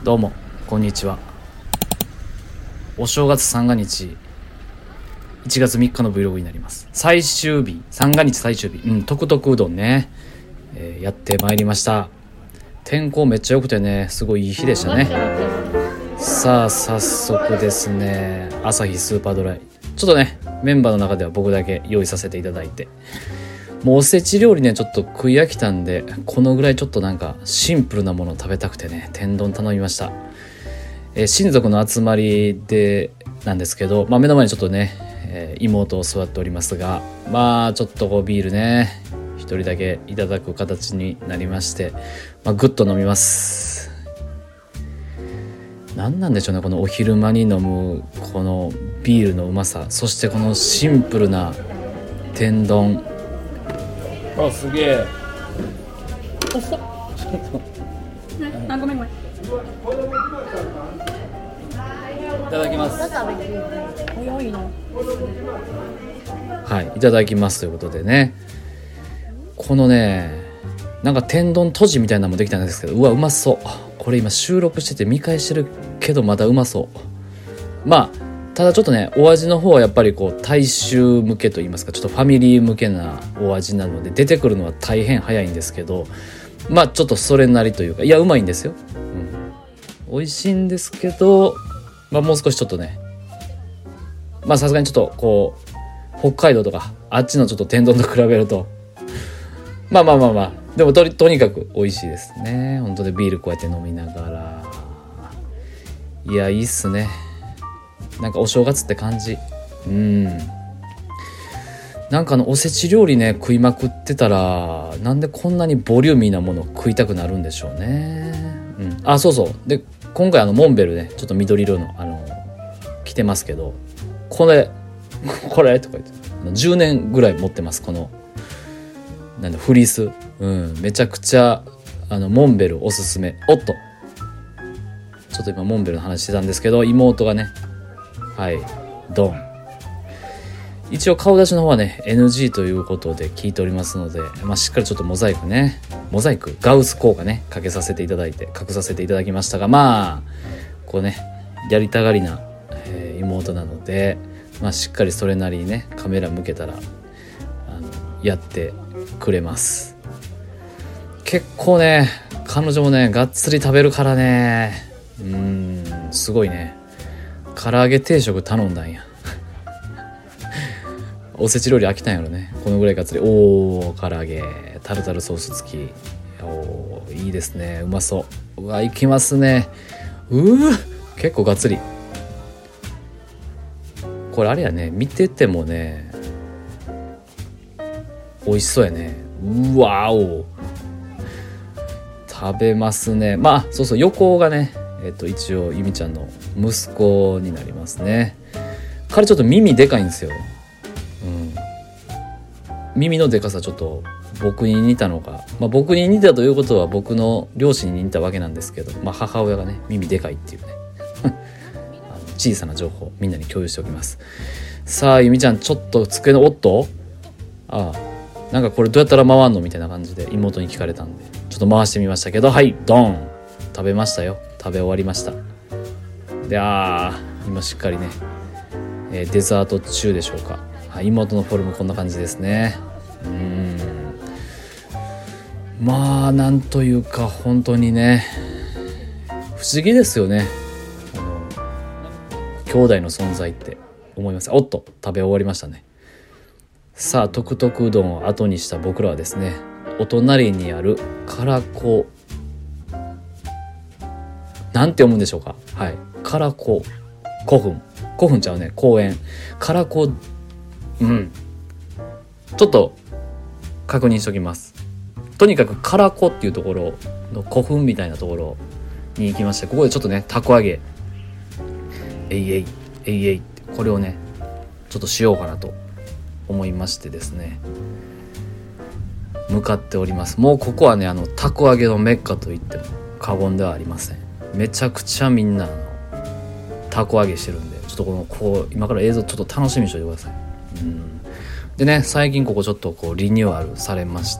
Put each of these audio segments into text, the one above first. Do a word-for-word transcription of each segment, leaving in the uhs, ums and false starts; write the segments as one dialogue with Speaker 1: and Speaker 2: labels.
Speaker 1: どうもこんにちは。お正月三が日いちがつみっかの Vlog になります。最終日、三が日最終日、うんトクトクうどんね、えー、やってまいりました。天候めっちゃ良くてね、すごいいい日でしたね。さあ早速ですね、朝日スーパードライちょっとねメンバーの中では僕だけ用意させていただいて、もうおせち料理ねちょっと食い飽きたんで、このぐらいちょっとなんかシンプルなものを食べたくてね、天丼頼みました。えー、親族の集まりでなんですけど、まあ、目の前にちょっとね、えー、妹を座っておりますが、まあちょっとこうビールね一人だけいただく形になりまして、まあ、ぐっと飲みます。何なんでしょうね、このお昼間に飲むこのビールのうまさ、そしてこのシンプルな天丼。あ、すげえ。
Speaker 2: 遅っ。あ、ごめんごめん。い
Speaker 1: ただきます。
Speaker 2: 早いな。
Speaker 1: はい、いただきますということでね、このねなんか天丼とじみたいなのもできたんですけど、うわうまそう。これ今収録してて見返してるけどまだうまそう。まあただちょっとねお味の方はやっぱりこう大衆向けといいますか、ちょっとファミリー向けなお味なので出てくるのは大変早いんですけど、まあちょっとそれなりというか、いやうまいんですよ、うん、美味しいんですけど、まあもう少しちょっとね、まあさすがにちょっとこう北海道とかあっちのちょっと天丼と比べるとまあまあまあまあでも と, とにかく美味しいですね。本当でビールこうやって飲みながら、いやいいっすね。なんかお正月って感じ。うんなんかあのおせち料理ね食いまくってたら、なんでこんなにボリューミーなもの食いたくなるんでしょうね。うん、あそうそうで今回あのモンベルねちょっと緑色のあの着てますけど、これこれとか言ってじゅうねんぐらい持ってます。このなんだフリース、うん、めちゃくちゃあのモンベルおすすめ。おっとちょっと今モンベルの話してたんですけど、妹がねはいドン、一応顔出しの方はね エヌジー ということで聞いておりますので、まあ、しっかりちょっとモザイクねモザイクガウス効果ねかけさせていただいて隠させていただきましたが、まあこうねやりたがりな、えー、妹なので、まあ、しっかりそれなりにねカメラ向けたらあのやってくれます。結構ね彼女もねがっつり食べるからね、うーんすごいね。唐揚げ定食頼んだんやおせち料理飽きたんやろね、このぐらいがっつり。おー唐揚げタルタルソース付き、おーいいですね、うまそう。うわいきますね。うー結構がっつり。これあれやね、見ててもね美味しそうやね。うわお食べますね。まあそうそう横がねえっと一応ゆみちゃんの息子になりますね。彼ちょっと耳でかいんですよ、うん、耳のでかさちょっと僕に似たのか、まあ、僕に似たということは僕の両親に似たわけなんですけど、まあ、母親がね耳でかいっていうねあの小さな情報みんなに共有しておきます。さあゆみちゃんちょっと机のおっとああなんかこれどうやったら回んのみたいな感じで妹に聞かれたんでちょっと回してみましたけど、はいドン食べましたよ。食べ終わりました。であー今しっかりね、えー、デザート中でしょうか、はい、妹のフォルムこんな感じですね。うーんまあなんというか本当にね不思議ですよね、あの兄弟の存在って思います。おっと食べ終わりましたね。さあトクトクうどんを後にした僕らはですね、お隣にあるからこなんて読むんでしょうか。はいからこ古墳古墳ちゃうね公園からこうんちょっと確認しときます。とにかくからこっていうところの古墳みたいなところに行きまして、ここでちょっとねたこ揚げえいえいえいえいってこれをねちょっとしようかなと思いましてですね向かっております。もうここはねあのたこ揚げのメッカと言っても過言ではありません。めちゃくちゃみんなあのたこ揚げしてるんで、ちょっとこのこう今から映像ちょっと楽しみにしておいてください。うんでね最近ここちょっとこうリニューアルされまして、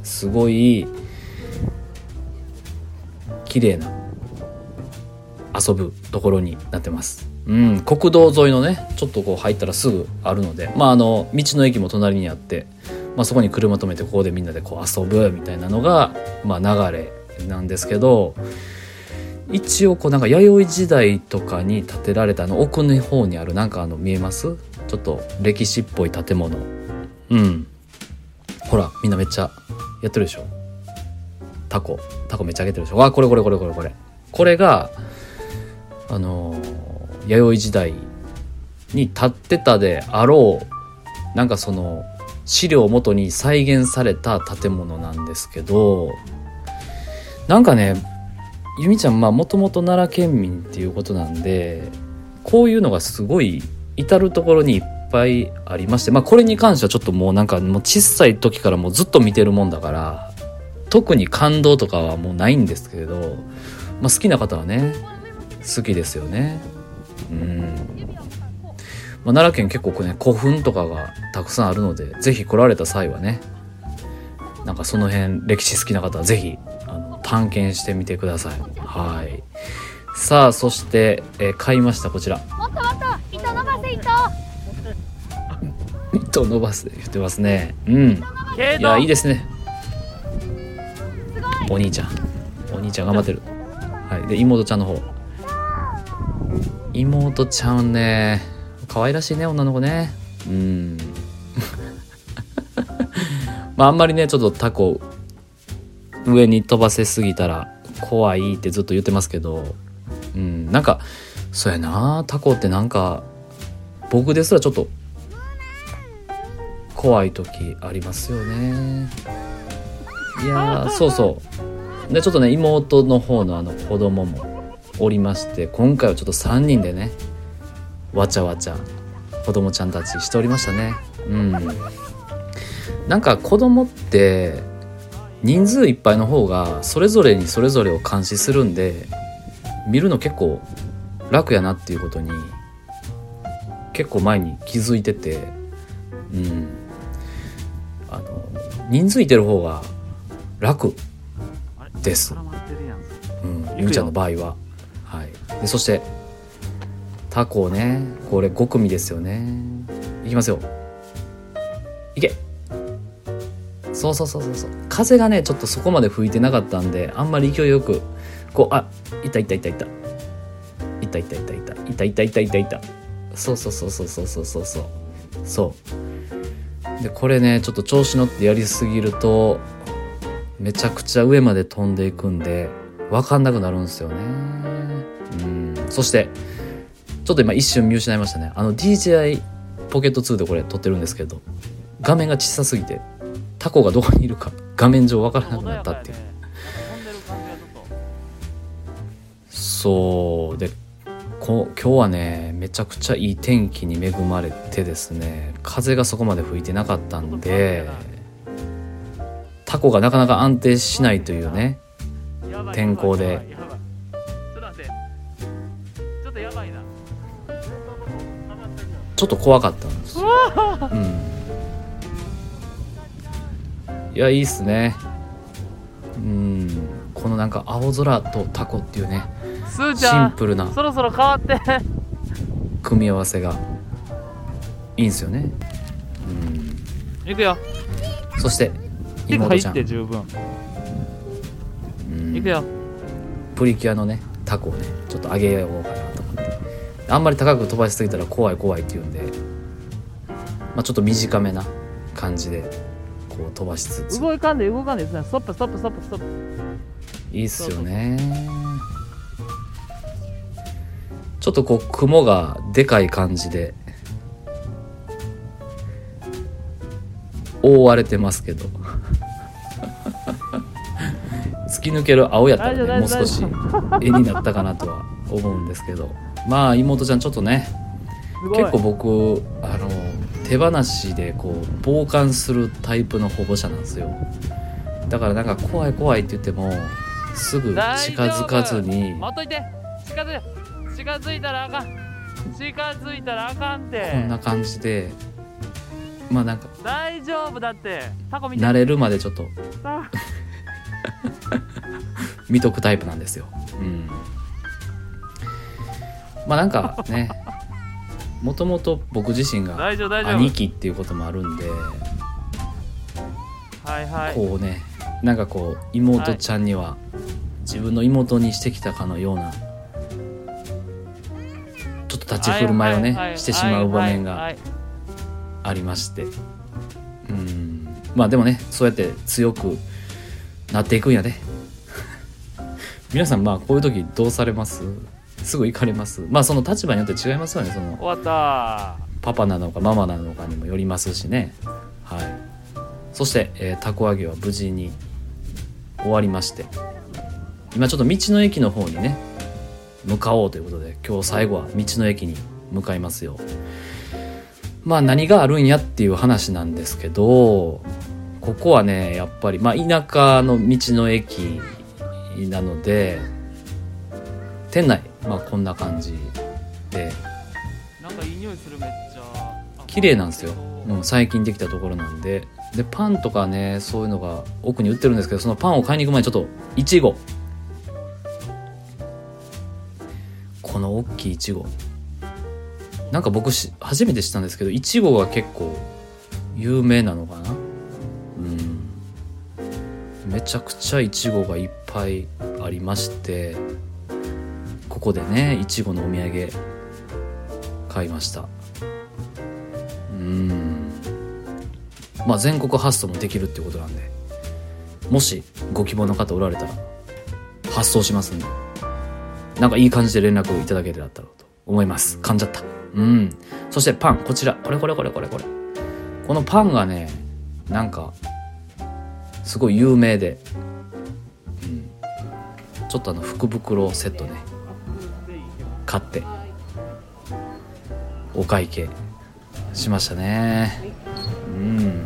Speaker 1: すごい綺麗な遊ぶところになってます。うん、国道沿いのねちょっとこう入ったらすぐあるので、まああの道の駅も隣にあって、まあ、そこに車止めてここでみんなでこう遊ぶみたいなのが、まあ、流れなんですけど、一応こうなんか弥生時代とかに建てられたあの奥の方にあるなんかあの見えます？ちょっと歴史っぽい建物。うん。ほらみんなめっちゃやってるでしょ。タコタコめっちゃ上げてるでしょ。あ、これこれこれこれこれこれがあのー、弥生時代に建ってたであろうなんかその資料をもとに再現された建物なんですけど、なんかねゆみちゃんまあもともと奈良県民っていうことなんで、こういうのがすごい至る所にいっぱいありまして、まあこれに関してはちょっともうなんかもう小さい時からもうずっと見てるもんだから特に感動とかはもうないんですけれど、まあ、好きな方はね好きですよね。うん、まあ、奈良県結構こうね古墳とかがたくさんあるので、ぜひ来られた際はねなんかその辺歴史好きな方はぜひあの探検してみてください。はい。さあそして、えー、買いましたこちら。
Speaker 2: もっともっと糸伸ばせ糸。
Speaker 1: 糸伸ばす言ってますね。うん。いやいいですね。お兄ちゃんお兄ちゃん頑張ってる。はい。で妹ちゃんの方。妹ちゃんね可愛らしいね女の子ね。うん。まああんまりねちょっとタコ上に飛ばせすぎたら怖いってずっと言ってますけど、うん、なんかそうやなタコってなんか僕ですらちょっと怖い時ありますよね。いやーそうそうでちょっとね妹の方のあの子供もおりまして、今回はちょっとさんにんでねわちゃわちゃ子供ちゃんたちしておりましたね。うん、なんか子供って人数いっぱいの方がそれぞれにそれぞれを監視するんで見るの結構楽やなっていうことに結構前に気づいてて、うん、あの人数いてる方が楽です、うん、ゆみちゃんの場合は、はい、でそしてタコねこれご組ですよね。いきますよいけ。そうそうそうそうそう風がねちょっとそこまで吹いてなかったんであんまり勢いよくこうあいたいたいたいたいたいたいたいたいたいたいたいたいたそうそうそうそうそうそうそうそうそうでこれねちょっと調子乗ってやりすぎるとめちゃくちゃ上まで飛んでいくんで分かんなくなるんですよね。うんそしてちょっと今一瞬見失いましたね。あの ディージェーアイ ポケットツーでこれ撮ってるんですけど画面が小さすぎてタコがどこにいるか画面上分からなくなったっていう。そうでこ今日はねめちゃくちゃいい天気に恵まれてですね風がそこまで吹いてなかったんでタコがなかなか安定しないというね天候でちょっと怖かったんですよ。うんいやいいっすね。うんこのなんか青空とタコっていうね
Speaker 3: すーちゃん
Speaker 1: シンプルな
Speaker 3: そろそろ変わって
Speaker 1: 組み合わせがいいんすよね。
Speaker 3: うんいくよ
Speaker 1: そして妹ちゃん
Speaker 3: 入って十分
Speaker 1: うん
Speaker 3: いくよ
Speaker 1: プリキュアのねタコをねちょっと上げようかなと思って、あんまり高く飛ばしすぎたら怖い怖いって言うんで、まあ、ちょっと短めな感じでこう飛ばしつつ
Speaker 3: 動かんで動かんでストップストップストップストップ
Speaker 1: いいっすよね。ちょっとこう雲がでかい感じで覆われてますけど突き抜ける青やったらねもう少し絵になったかなとは思うんですけど、まあ妹ちゃんちょっとね結構僕あの手放しでこう傍観するタイプの保護者なんですよ。だからなんか怖い怖いって言ってもすぐ近づかずに
Speaker 3: 待っといて近づ近づいたらあかん近づいたらあかんって
Speaker 1: こんな感じでまあなんか
Speaker 3: 大丈夫だってタコ見て
Speaker 1: 慣れるまでちょっと見とくタイプなんですよ。うんまあなんかねもともと僕自身が
Speaker 3: 大丈夫大丈夫
Speaker 1: 兄貴っていうこともあるんで、
Speaker 3: はいはい
Speaker 1: こうねなんかこう妹ちゃんには自分の妹にしてきたかのようなちょっと立ち振る舞いをね、
Speaker 3: はいはいはい
Speaker 1: してしまう場面が
Speaker 3: はいはい
Speaker 1: ありまして、うんまあでもねそうやって強くなっていくんやで皆さんまあこういう時どうされます？すぐ行かれます？まあその立場によって違いますよね。その
Speaker 3: 終わった
Speaker 1: パパなのかママなのかにもよりますしね。はい。そして、えー、たこ揚げは無事に終わりまして、今ちょっと道の駅の方にね向かおうということで、今日最後は道の駅に向かいますよ。まあ何があるんやっていう話なんですけど、ここはねやっぱりまあ田舎の道の駅なので、店内まあこんな感じで
Speaker 3: なんかいい匂いするめっちゃ
Speaker 1: 綺麗なんですよ、うん、最近できたところなんで。でパンとかねそういうのが奥に売ってるんですけど、そのパンを買いに行く前にちょっといちご、この大きいいちごなんか僕し初めて知ったんですけど、いちごが結構有名なのかな。うんめちゃくちゃいちごがいっぱいありまして、ここでねいちごのお土産買いました。うんまあ全国発送もできるっていうことなんで、もしご希望の方おられたら発送しますんで、なんかいい感じで連絡いただけたらと思います。噛んじゃった。うんそしてパン、こちらこれこれこれこれこれこのパンがねなんかすごい有名で、うん、ちょっとあの福袋セットね買ってお会計しましたね。うん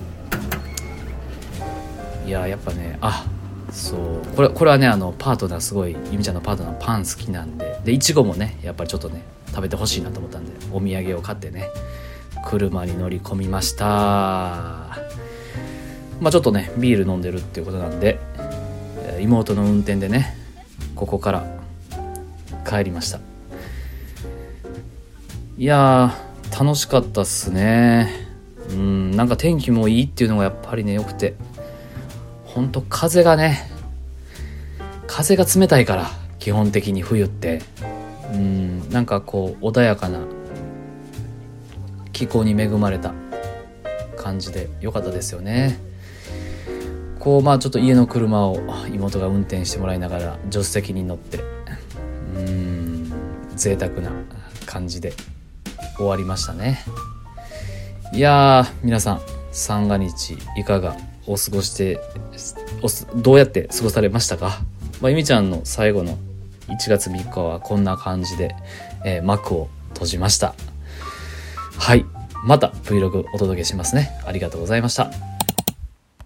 Speaker 1: いややっぱね、あそうこれこれはねあのパートナーすごいゆみちゃんのパートナーパン好きなんで、でいちごもねやっぱりちょっとね食べてほしいなと思ったんでお土産を買ってね車に乗り込みました。まあちょっとねビール飲んでるっていうことなんで、妹の運転でねここから帰りました。いやー楽しかったっすね。うんなんか天気もいいっていうのがやっぱりね良くて、ほんと風がね風が冷たいから基本的に冬ってうんなんかこう穏やかな気候に恵まれた感じで良かったですよね。こうまあちょっと家の車を妹が運転してもらいながら助手席に乗ってうーん贅沢な感じで終わりましたね。いやー皆さん三が日いかがお過ごしておすどうやって過ごされましたか。まあ、ゆみちゃんの最後のいちがつみっかはこんな感じで、えー、幕を閉じました。はいまた Vlog お届けしますね。ありがとうございました。